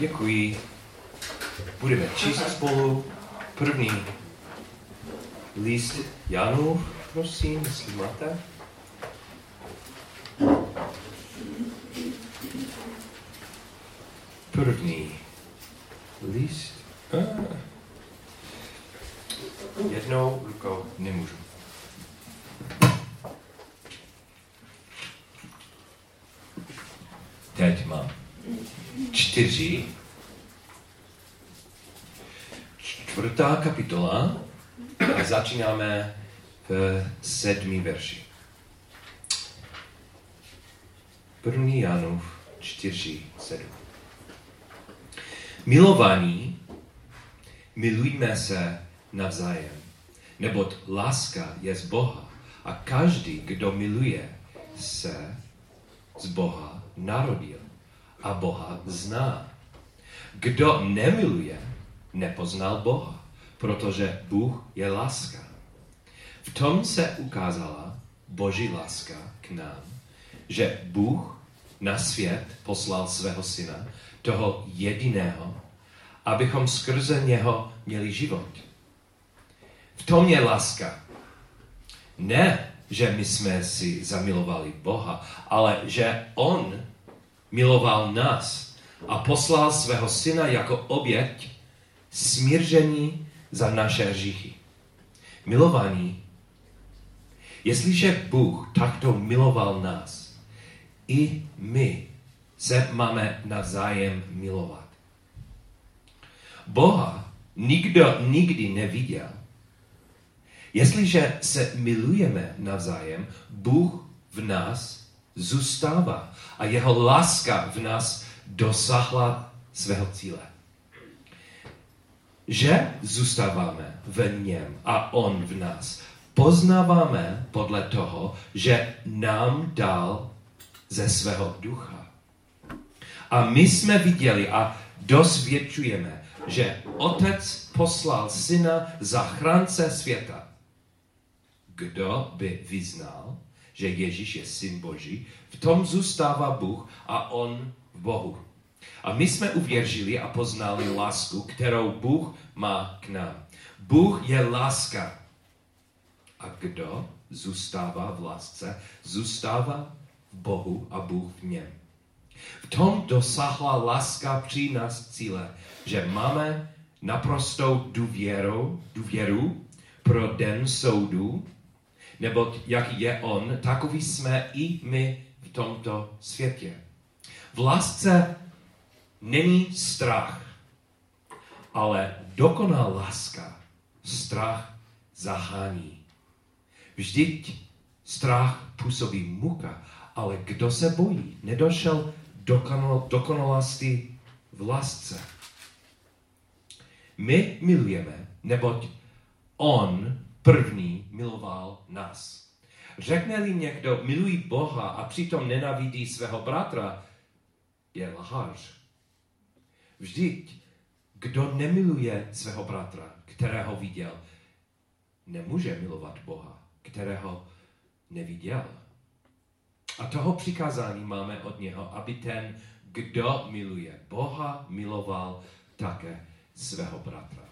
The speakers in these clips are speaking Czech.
Děkuji. Budeme číst spolu první list Janův, prosím, jestli máte. První list. Jednou rukou nemůžu. Teď mám 4. 4. kapitola a začínáme v 7. verši. 1. Janův 4:7. Milovaní, milujme se navzájem, neboť láska je z Boha a každý, kdo miluje se z Boha, narodil a Boha zná. Kdo nemiluje, nepoznal Boha, protože Bůh je láska. V tom se ukázala Boží láska k nám, že Bůh na svět poslal svého syna, toho jediného, abychom skrze něho měli život. V tom je láska. Ne, že my jsme si zamilovali Boha, ale že on miloval nás a poslal svého syna jako oběť smíření za naše hříchy. Milovaní, jestliže Bůh takto miloval nás, i my se máme navzájem milovat. Boha nikdo nikdy neviděl. Jestliže se milujeme navzájem, Bůh v nás zůstává a jeho láska v nás dosáhla svého cíle. Že zůstáváme v něm a on v nás, poznáváme podle toho, že nám dal ze svého ducha. A my jsme viděli a dosvědčujeme, že Otec poslal syna zachránce světa. Kdo by vyznal, že Ježíš je syn Boží, v tom zůstává Bůh a on v Bohu. A my jsme uvěřili a poznali lásku, kterou Bůh má k nám. Bůh je láska. A kdo zůstává v lásce, zůstává v Bohu a Bůh v něm. V tom dosáhla láska při nás cíle, že máme naprostou důvěru pro den soudu, neboť jak je on, takový jsme i my v tomto světě. V lásce není strach, ale dokonalá láska strach zahání. Vždyť strach působí muka, ale kdo se bojí, nedošel dokonalosti v lásce. My milujeme, neboť on první miloval nás. Řekne-li někdo, miluji Boha a přitom nenávidí svého bratra, je lhář. Vždyť, kdo nemiluje svého bratra, kterého viděl, nemůže milovat Boha, kterého neviděl. A toho přikázání máme od něho, aby ten, kdo miluje Boha, miloval také svého bratra.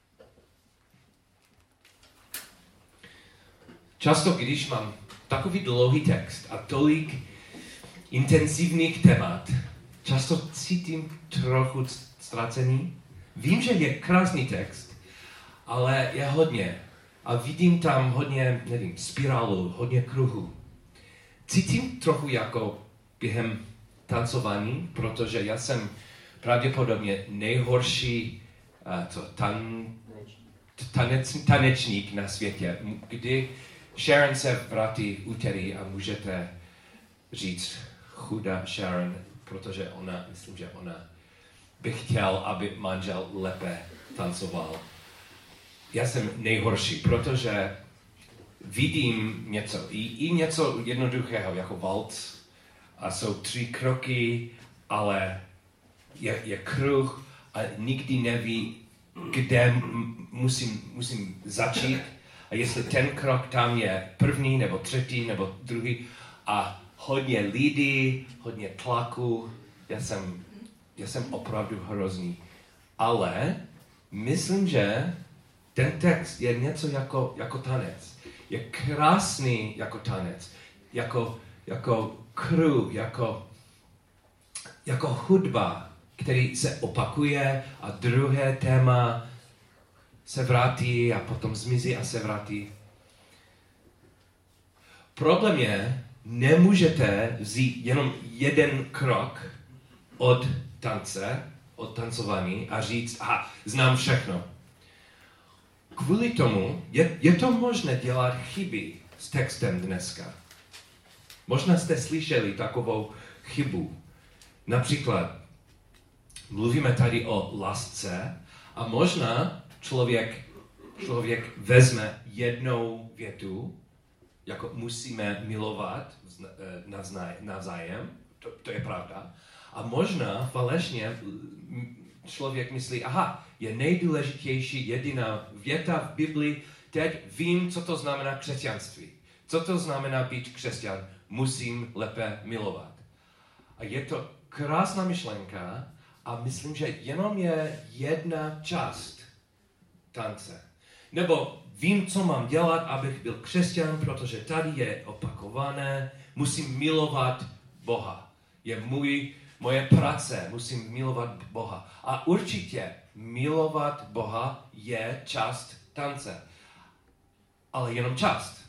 Často, když mám takový dlouhý text a tolik intenzivních témat, často cítím trochu ztracený. Vím, že je krásný text, ale je hodně. A vidím tam hodně, spirálu, hodně kruhů. Cítím trochu jako během tancování, protože já jsem pravděpodobně nejhorší tanečník na světě. Kdy Sharon se vrátí úterý a můžete říct chudá Sharon, protože myslím, že ona by chtěl, aby manžel lépe tancoval. Já jsem nejhorší, protože vidím něco, i něco jednoduchého, jako waltz, a jsou 3 kroky, ale je kruh a nikdy neví, kde musím začít. A jestli ten krok tam je první, nebo třetí, nebo druhý, a hodně lidí, hodně tlaku, já jsem já jsem opravdu hrozný. Ale myslím, že ten text je něco jako tanec. Je krásný jako tanec. Jako kruh, jako hudba, který se opakuje a druhé téma se vrátí a potom zmizí a se vrátí. Problém je, nemůžete vzít jenom jeden krok od tance, od tancování a říct, aha, znám všechno. Kvůli tomu je to možné dělat chyby s textem dneska. Možná jste slyšeli takovou chybu. Například mluvíme tady o lásce a možná člověk vezme jednou větu, jako musíme milovat navzájem, to je pravda. A možná falešně člověk myslí, aha, je nejdůležitější jediná věta v Biblii, teď vím, co to znamená křesťanství. Co to znamená být křesťan? Musím lépe milovat. A je to krásná myšlenka a myslím, že jenom je jedna část tance. Nebo vím, co mám dělat, abych byl křesťan, protože tady je opakované, musím milovat Boha. Je moje práce, musím milovat Boha. A určitě milovat Boha je část tance. Ale jenom část.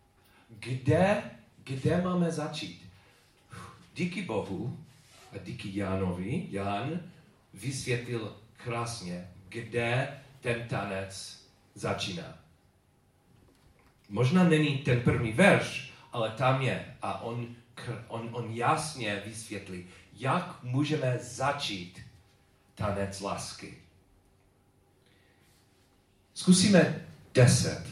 Kde máme začít? Díky Bohu a díky Jánovi, Jan vysvětlil krásně, kde ten tanec začíná. Možná není ten první verš, ale tam je. A on jasně vysvětlí, jak můžeme začít tanec lásky. Zkusíme 10.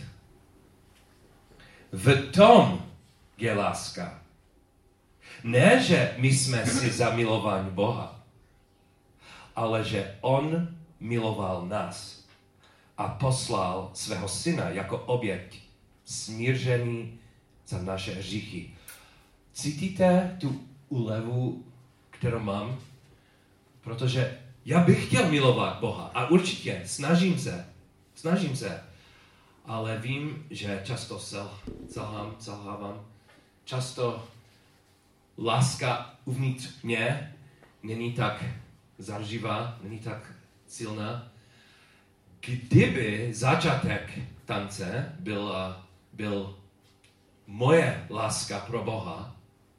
V tom je láska. Ne, že my jsme si zamilovali Boha, ale že on miloval nás a poslal svého syna jako oběť, smířený za naše hříchy. Cítíte tu úlevu, kterou mám? Protože já bych chtěl milovat Boha a určitě snažím se, ale vím, že často selhávám. Často láska uvnitř mě není tak zaživá, není tak silná. Kdyby začátek tance byl moje láska pro Boha,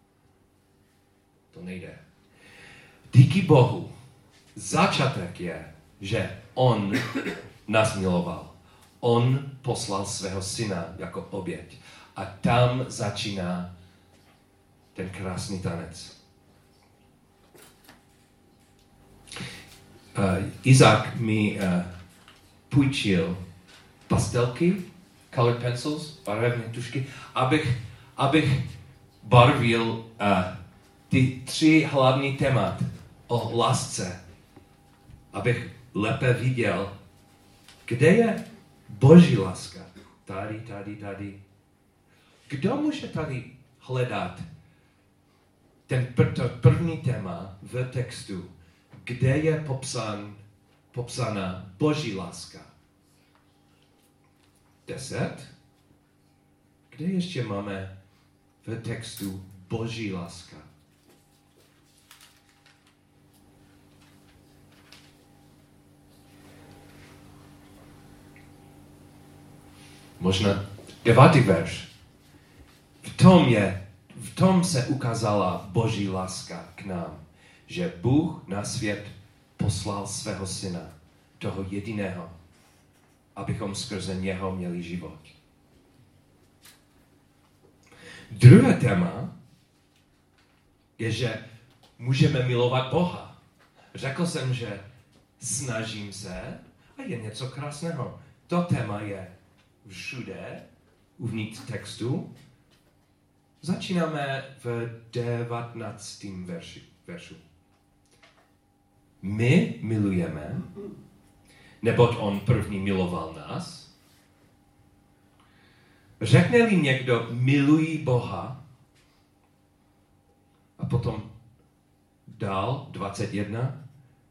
to nejde. Díky Bohu začátek je, že on nás miloval. On poslal svého syna jako oběť. A tam začíná ten krásný tanec. Izák mi půjčil pastelky, colored pencils, barevné tušky, abych barvil ty 3 hlavní témat o lásce, abych lépe viděl, kde je Boží láska. Tady. Kdo může tady hledat to první téma v textu, kde je popsána Boží láska? 10. Kde ještě máme v textu Boží láska? Možná 9. verš. V tom se ukázala Boží láska k nám, že Bůh na svět poslal svého syna, toho jediného, abychom skrze něho měli život. Druhé téma je, že můžeme milovat Boha. Řekl jsem, že snažím se a je něco krásného. To téma je všude, uvnitř textu. Začínáme v 19. veršu. My milujeme, neboť on první miloval nás. Řekne-li někdo milují Boha, a potom dál 21,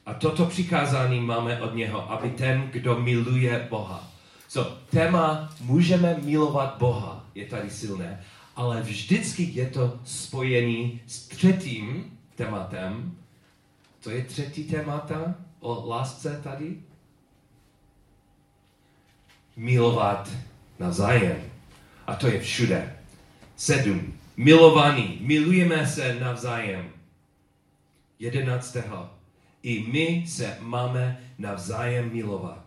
A toto přikázání máme od něho, aby ten, kdo miluje Boha. Téma můžeme milovat Boha je tady silné, ale vždycky je to spojený s třetím tématem. To je třetí témata o lásce tady? Milovat navzájem. A to je všude. 7. Milovaní. Milujeme se navzájem. 11. I my se máme navzájem milovat.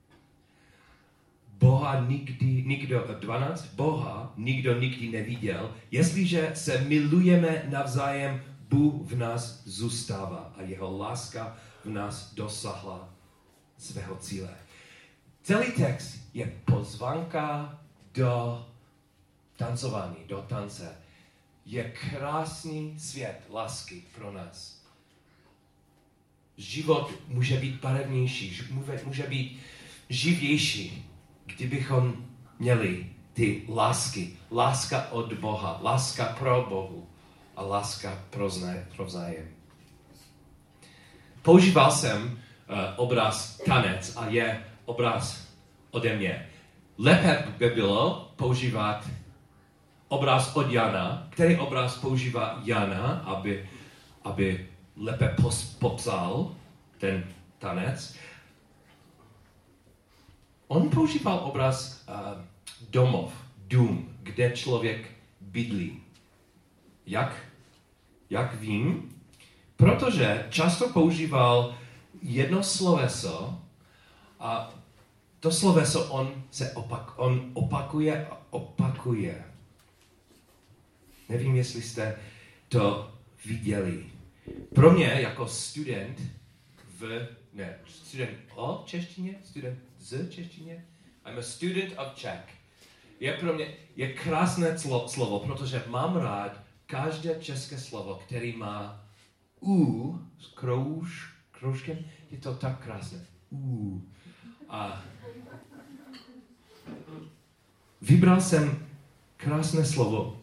Boha nikdo nikdy neviděl. Jestliže se milujeme navzájem, Bůh v nás zůstává a jeho láska v nás dosahla svého cíle. Celý text je pozvánka do tancování, do tance. Je krásný svět lásky pro nás. Život může být barevnější, může být živější, kdybychom měli ty lásky. Láska od Boha, láska pro Bohu a láska pro vzájem. Používal jsem obraz tanec a je obraz ode mě. Lépe by bylo používat obraz od Jana, který obraz používá Jana, aby lépe popsal ten tanec. On používal obraz domov, dům, kde člověk bydlí. Jak vím? Protože často používal jedno sloveso a to sloveso on opakuje. Nevím, jestli jste to viděli. Pro mě jako student student o češtině, student z češtině, I'm a student of Czech. Pro mě je krásné slovo, protože mám rád každé české slovo, který má u s kroužkem, je to tak krásné. A vybral jsem krásné slovo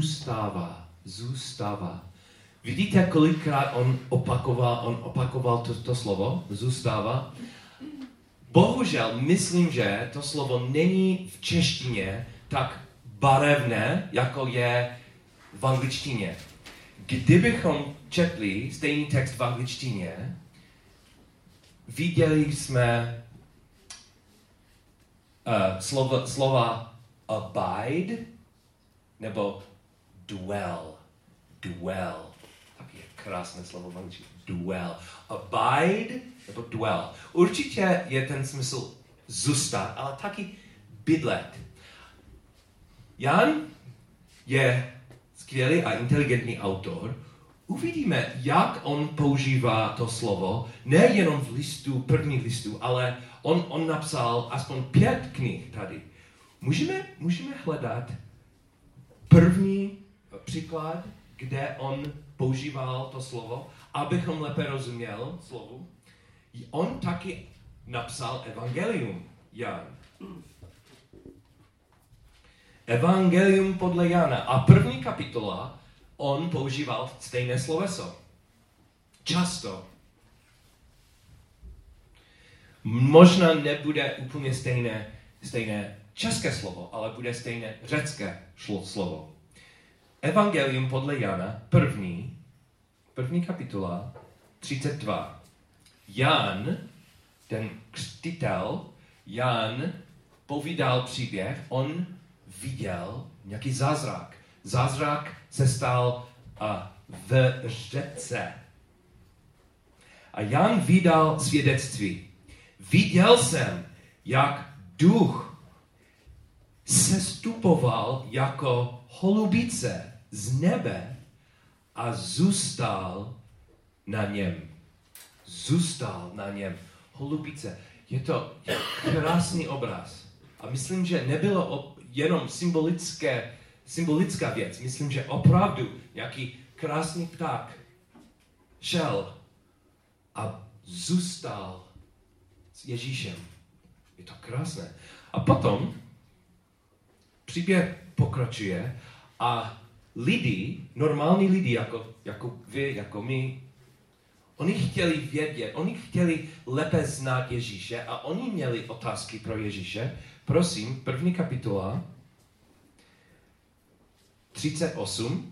zůstává. Vidíte, kolikrát on opakoval to slovo, zůstává? Bohužel, myslím, že to slovo není v češtině tak barevné, jako je v angličtině. Kdybychom četli stejný text v angličtině, viděli jsme slova abide nebo dwell. Tak je krásné slovo v angličtině. Dwell. Abide nebo dwell. Určitě je ten smysl zůstat, ale taky bydlet. Jan je skvělý a inteligentní autor. Uvidíme, jak on používá to slovo, nejenom v prvních listů, ale on napsal aspoň 5 knih tady. Můžeme hledat první příklad, kde on používal to slovo, abychom lépe rozuměl slovu. On taky napsal evangelium, Jan. Evangelium podle Jana. A první kapitola, on používal stejné sloveso. Často. Možná nebude úplně stejné české slovo, ale bude stejné řecké slovo. Evangelium podle Jana, první kapitola, 32. Jan, ten křtitel, Jan povídal příběh, on viděl nějaký zázrak. Zázrak se stal v řece. A Jan vydal svědectví. Viděl jsem, jak duch sestupoval jako holubice z nebe a zůstal na něm. Holubice. Je to krásný obraz. A myslím, že nebylo jenom symbolická věc. Myslím, že opravdu nějaký krásný pták šel a zůstal s Ježíšem. Je to krásné. A potom příběh pokračuje a normální lidi, jako vy, jako my, Oni chtěli vědět, oni chtěli lépe znát Ježíše a oni měli otázky pro Ježíše. Prosím, 1. kapitola, 38.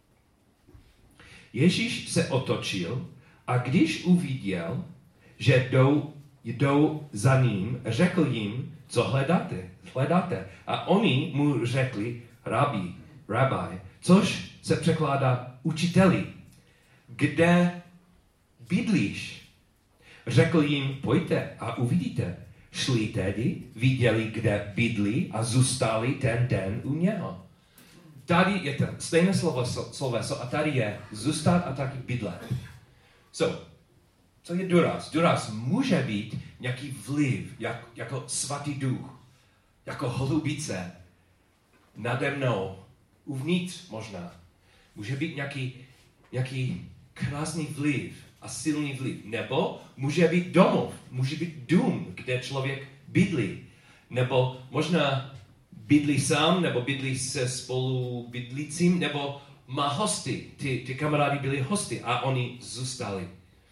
Ježíš se otočil a když uviděl, že jdou za ním, řekl jim, co hledáte. A oni mu řekli, rabi, což se překládá učiteli. Kde bydlíš? Řekl jim, pojďte a uvidíte. Šli tedy, viděli, kde bydlí a zůstali ten den u něho. Tady je to stejné sloveso a tady je zůstat a taky bydlet. Co je důraz? Důraz může být nějaký vliv, jako svatý duch, jako holubice, nade mnou, uvnitř možná. Může být nějaký krásný vliv a silný vliv. Nebo může být domov, může být dům, kde člověk bydlí. Nebo možná bydlí sám, nebo bydlí se spolu bydlícím, nebo má hosty. Ty kamarádi byli hosty a oni zůstali.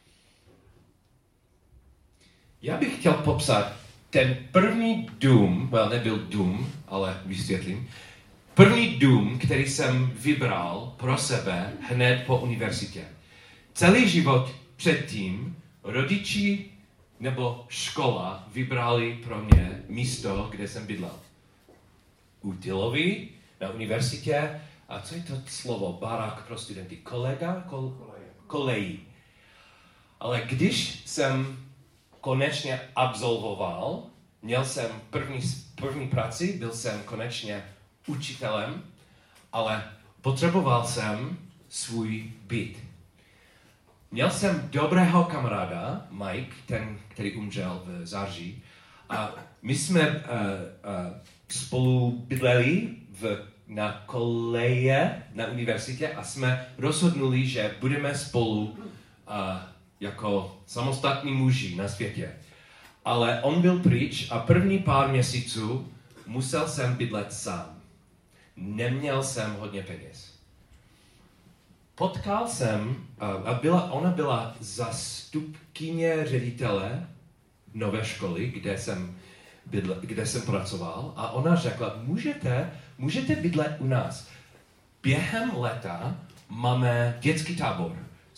Já bych chtěl popsat ten první dům, nebyl dům, ale vysvětlím. První dům, který jsem vybral pro sebe hned po univerzitě. Celý život předtím rodiči nebo škola vybrali pro mě místo, kde jsem bydlel. U Tylovy, na univerzitě, a co je to slovo? Barák pro studenty. Kolejí. Ale když jsem konečně absolvoval, měl jsem první práci, byl jsem konečně učitelem, ale potřeboval jsem svůj byt. Měl jsem dobrého kamaráda, Mike, ten, který umřel v září, a my jsme spolu bydleli na koleje na univerzitě a jsme rozhodnuli, že budeme spolu jako samostatní muži na světě. Ale on byl pryč a první pár měsíců musel jsem bydlet sám. Neměl jsem hodně peněz. Potkal jsem, ona byla zástupkyně ředitele nové školy, kde jsem pracoval, a ona řekla, můžete bydlet u nás. Během léta máme dětský tábor.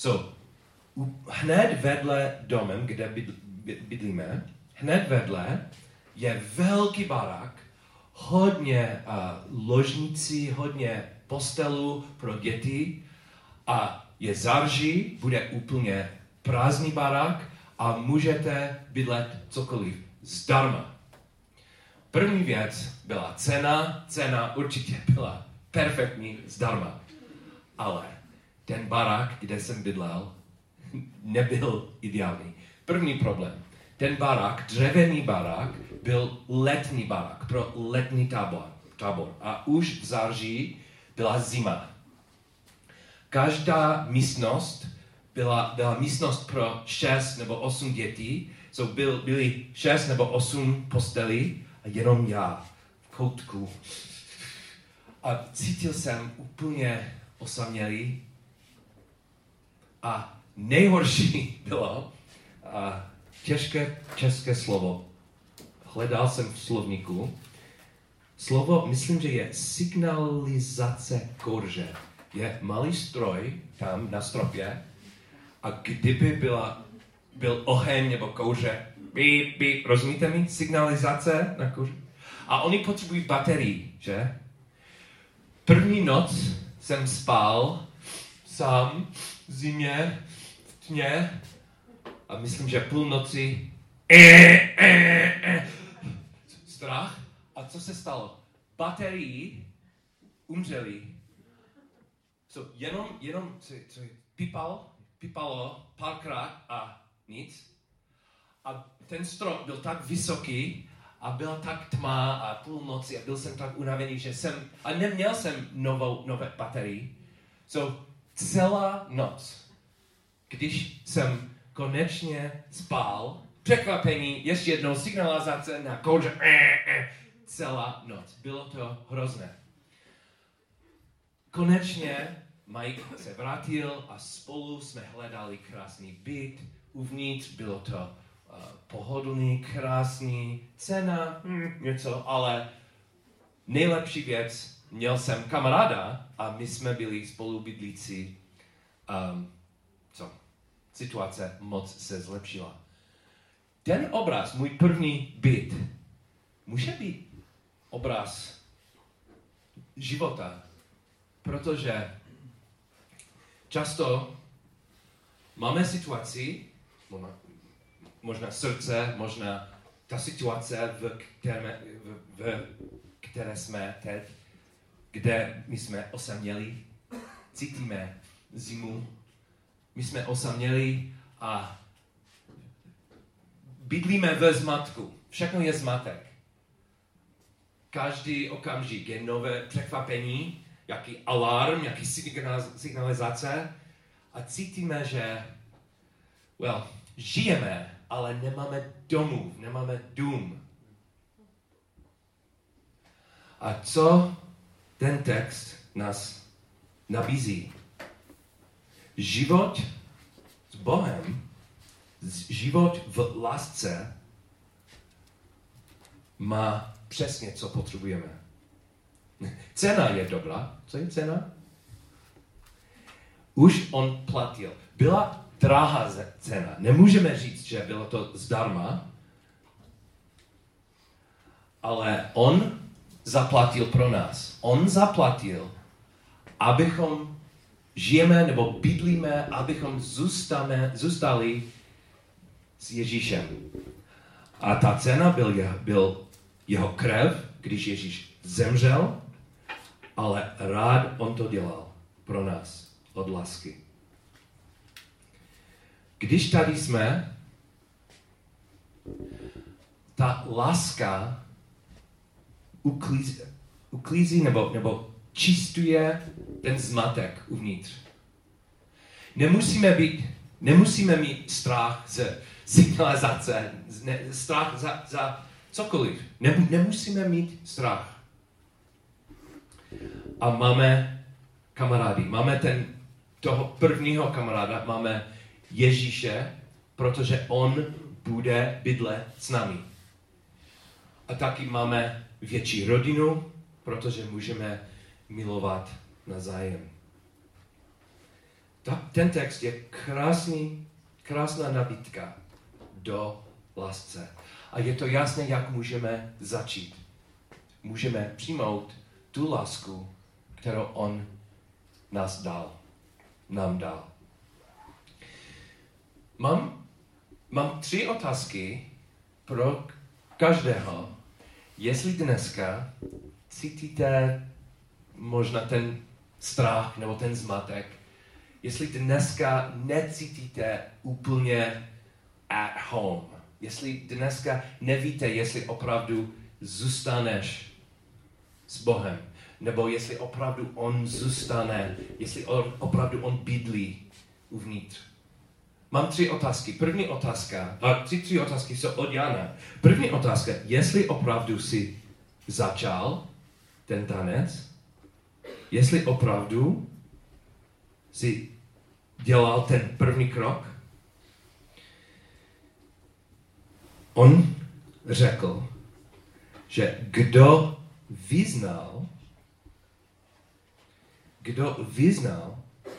Hned vedle domem, kde bydlíme, hned vedle je velký barák, hodně ložnicí, hodně postelů pro děti a je září, bude úplně prázdný barák a můžete bydlet cokoliv zdarma. První věc byla cena určitě byla perfektní zdarma, ale ten barák, kde jsem bydlel, nebyl ideální. První problém. Ten barák, dřevěný barák, byl letní barák pro letní tábor. A už v září byla zima. Každá místnost byla místnost pro 6 nebo 8 dětí. Byly 6 nebo 8 postelí a jenom já v koutku. A cítil jsem úplně osamělý. A nejhorší bylo těžké české slovo. Hledal jsem v slovníku. Slovo, myslím, že je signalizace kouře. Je malý stroj tam na stropě a kdyby byl oheň nebo kouře, rozumíte mi? Signalizace na kouře. A oni potřebují baterii, že? První noc jsem spal sám v zimě, v tmě a myslím, že půlnoci strach. A co se stalo? Baterii umřeli. Jenom pípalo párkrát a nic. A ten strop byl tak vysoký a byla tak tma a půlnoci a byl jsem tak unavený, že a neměl jsem nové baterii. Celá noc, když jsem konečně spal, překvapení, ještě jednou signalizace na kouře, celá noc. Bylo to hrozné. Konečně Mike se vrátil a spolu jsme hledali krásný byt. Uvnitř bylo to pohodlný, krásný, cena, něco, ale nejlepší věc, měl jsem kamaráda a my jsme byli spolubydlící. Situace moc se zlepšila. Ten obraz, můj první byt, může být obraz života, protože často máme situaci, možná srdce, možná ta situace, v které jsme teď, kde my jsme osaměli, cítíme zimu, my jsme osaměli a bydlíme ve zmatku. Všechno je zmatek. Každý okamžik je nové překvapení, jaký alarm, jaký signalizace a cítíme, že žijeme, ale nemáme domov, nemáme dům. A co ten text nás nabízí? Život s Bohem, život v lásce má přesně, co potřebujeme. Cena je dobrá. Co je cena? Už on platil. Byla drahá cena. Nemůžeme říct, že bylo to zdarma, ale on zaplatil pro nás. On zaplatil, abychom žijeme nebo bydlíme, abychom zůstali s Ježíšem. A ta cena byl jeho krev, když Ježíš zemřel, ale rád on to dělal pro nás od lásky. Když tady jsme, ta láska uklízí nebo čistuje ten zmatek uvnitř. Nemusíme mít strach ze signalizace, strach za cokoliv. Nemusíme mít strach. A máme kamarády. Máme toho prvního kamaráda, máme Ježíše, protože on bude bydlet s námi. A taky máme větší rodinu, protože můžeme milovat navzájem. Ten text je krásná nabídka do lásce. A je to jasné, jak můžeme začít. Můžeme přijmout tu lásku, kterou on nám dal. Mám 3 otázky pro každého. Jestli dneska cítíte možná ten strach nebo ten zmatek, jestli dneska necítíte úplně at home, jestli dneska nevíte, jestli opravdu zůstaneš s Bohem, nebo jestli opravdu on zůstane, jestli opravdu on bydlí uvnitř. Mám 3 otázky. První otázka, tři otázky jsou od Jana. První otázka, jestli opravdu si začal ten tanec, jestli opravdu si dělal ten první krok. On řekl, že kdo vyznal,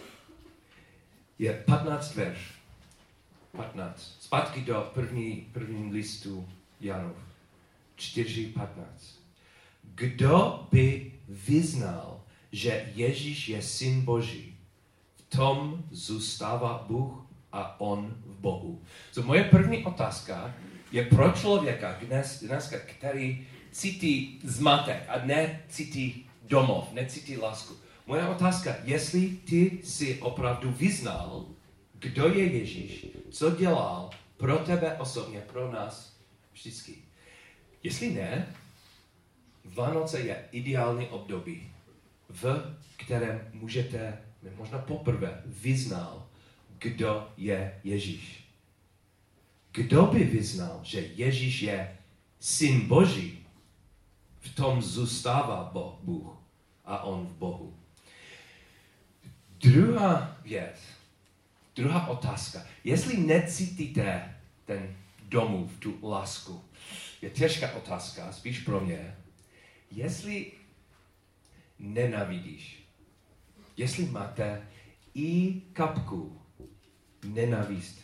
je 15 verš. 15. Zpátky do první listu Janův. 4:15. Kdo by vyznal, že Ježíš je Syn Boží, v tom zůstává Bůh a on v Bohu. So moje první otázka je pro člověka dneska, který cítí zmatek a necítí domov, necítí lásku. Moje otázka, jestli ty si opravdu vyznal, kdo je Ježíš, co dělal pro tebe osobně, pro nás vždycky. Jestli ne, Vánoce je ideální období, v kterém můžete, možná poprvé, vyznal, kdo je Ježíš. Kdo by vyznal, že Ježíš je Syn Boží, v tom zůstává Bůh a on v Bohu. Druhá věc, druhá otázka. Jestli necítíte ten domov, tu lásku, je těžká otázka, spíš pro mě. Jestli nenávidíš, jestli máte i kapku nenávist.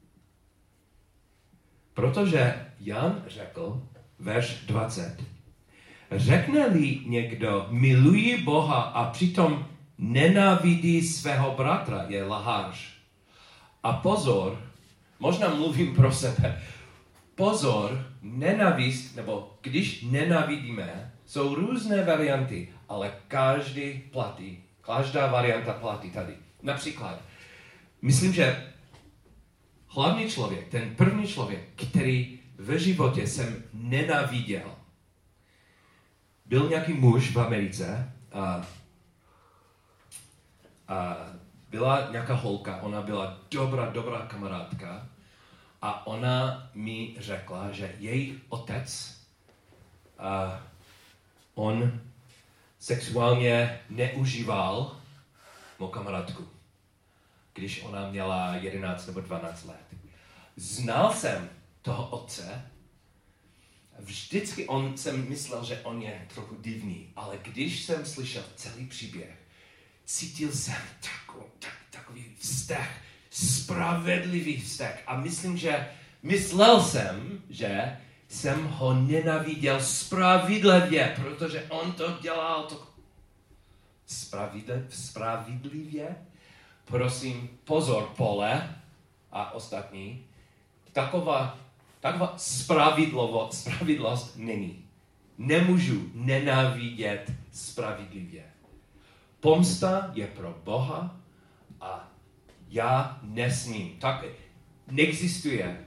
Protože Jan řekl, verš 20, řekne-li někdo, miluji Boha a přitom nenávidí svého bratra, je lhář. A pozor, možná mluvím pro sebe, pozor, nenávist, nebo když nenávidíme, jsou různé varianty, ale každá varianta platí tady. Například, myslím, že hlavní člověk, ten první člověk, který ve životě jsem nenáviděl, byl nějaký muž v Americe a byla nějaká holka, ona byla dobrá kamarádka a ona mi řekla, že její otec, on sexuálně neužíval mou kamarádku, když ona měla 11 nebo 12 let. Znal jsem toho otce, vždycky jsem myslel, že on je trochu divný, ale když jsem slyšel celý příběh, cítil jsem takový vztah, spravedlivý vztah a myslel jsem, že jsem ho nenáviděl spravedlivě, protože on to dělal spravedlivě. Prosím, pozor, Pole a ostatní, taková spravedlnost není. Nemůžu nenávidět spravedlivě. Pomsta je pro Boha a já nesmím. Tak neexistuje.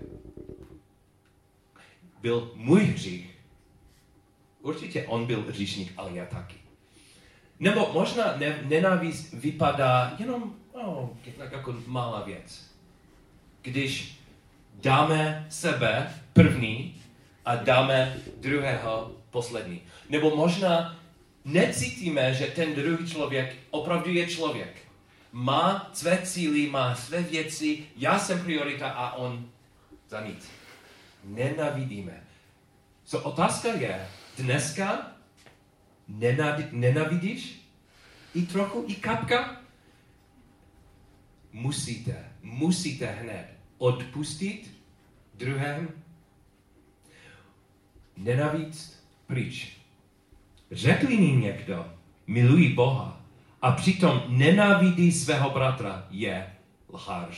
Byl můj hřích. Určitě on byl hříšník, ale já taky. Nebo možná nenávist vypadá jenom jako malá věc. Když dáme sebe první a dáme druhého poslední. Nebo možná necítíme, že ten druhý člověk opravdu je člověk. Má své cíly, má své věci, já jsem priorita a on za nic. Nenávidíme. Otázka je, dneska nenávidíš? I trochu, i kapka? Musíte hned odpustit druhému. Nenávidí pryč. Řekli mi někdo, miluji Boha, a přitom nenávidí svého bratra, je lhář.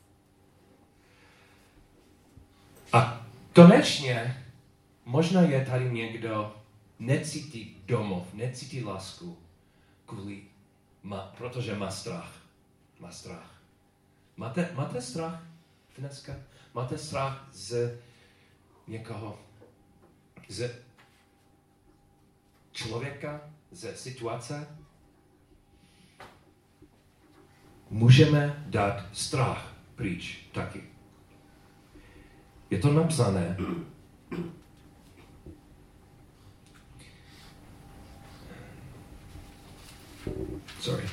A konečně, možná je tady někdo, necítí domov, necítí lásku, protože má strach. Má strach. Máte strach dneska? Máte strach z někoho? Z člověka? Ze situace? Můžeme dát strach pryč taky. Je to napsané. Sorry.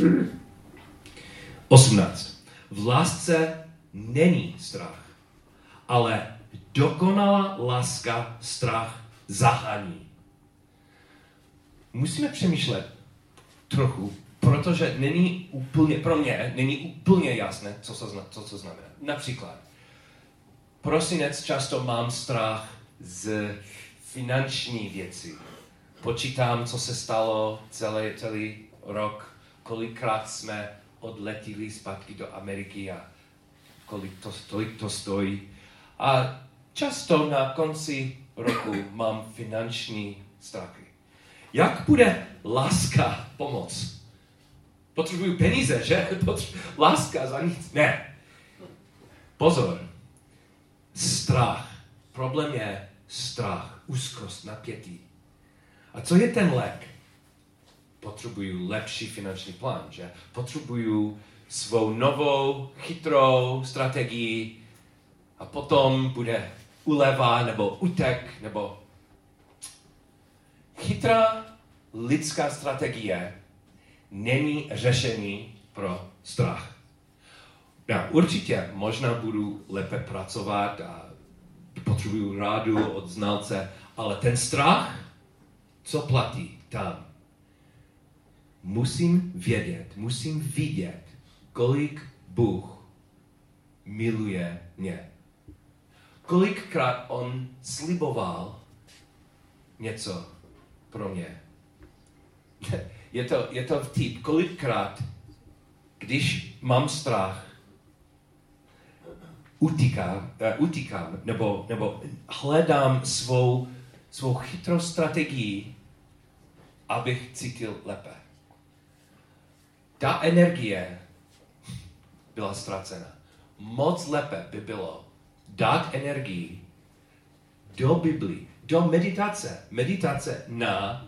18. V lásce není strach, ale dokonalá láska strach zahání. Musíme přemýšlet trochu, protože pro mě není úplně jasné, co to znamená. Například, prosinec často mám strach z finanční věci. Počítám, co se stalo celý rok, kolikrát jsme odletěli zpátky do Ameriky a kolik to stojí. A často na konci roku mám finanční strachy. Jak bude láska pomoct? Potřebuju peníze, že? Láska za nic. Ne. Pozor. Strach. Problém je strach, úzkost, napětí. A co je ten lék? Potřebuju lepší finanční plán, že? Potřebuju svou novou, chytrou strategii a potom bude úleva nebo útek, nebo chytrá lidská strategie není řešení pro strach. Já určitě možná budu lépe pracovat a potřebuju rádu od znalce, ale ten strach, co platí tam? Musím vědět, musím vidět, kolik Bůh miluje mě. Kolikrát on sliboval něco pro mě. Je to vtip. Kolikrát, když mám strach, utíkám nebo hledám svou chytrou strategii, abych cítil lépe. Ta energie byla ztracena. Moc lépe by bylo dát energii do Biblii, do meditace na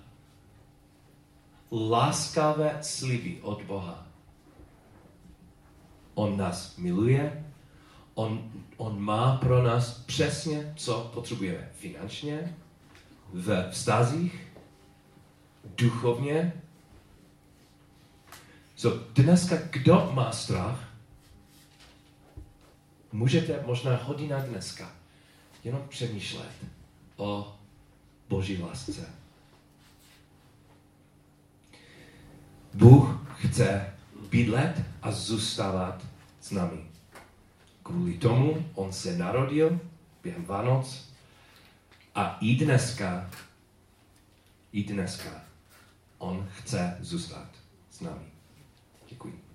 láskavé sliby od Boha. On nás miluje, on má pro nás přesně, co potřebujeme finančně, v vztazích, duchovně. So dneska, kdo má strach, můžete možná hodina dneska jenom přemýšlet o Boží lásce. Bůh chce bydlet a zůstávat s námi. Kvůli tomu on se narodil během Vánoc a i dneska on chce zůstat s námi. Děkuji.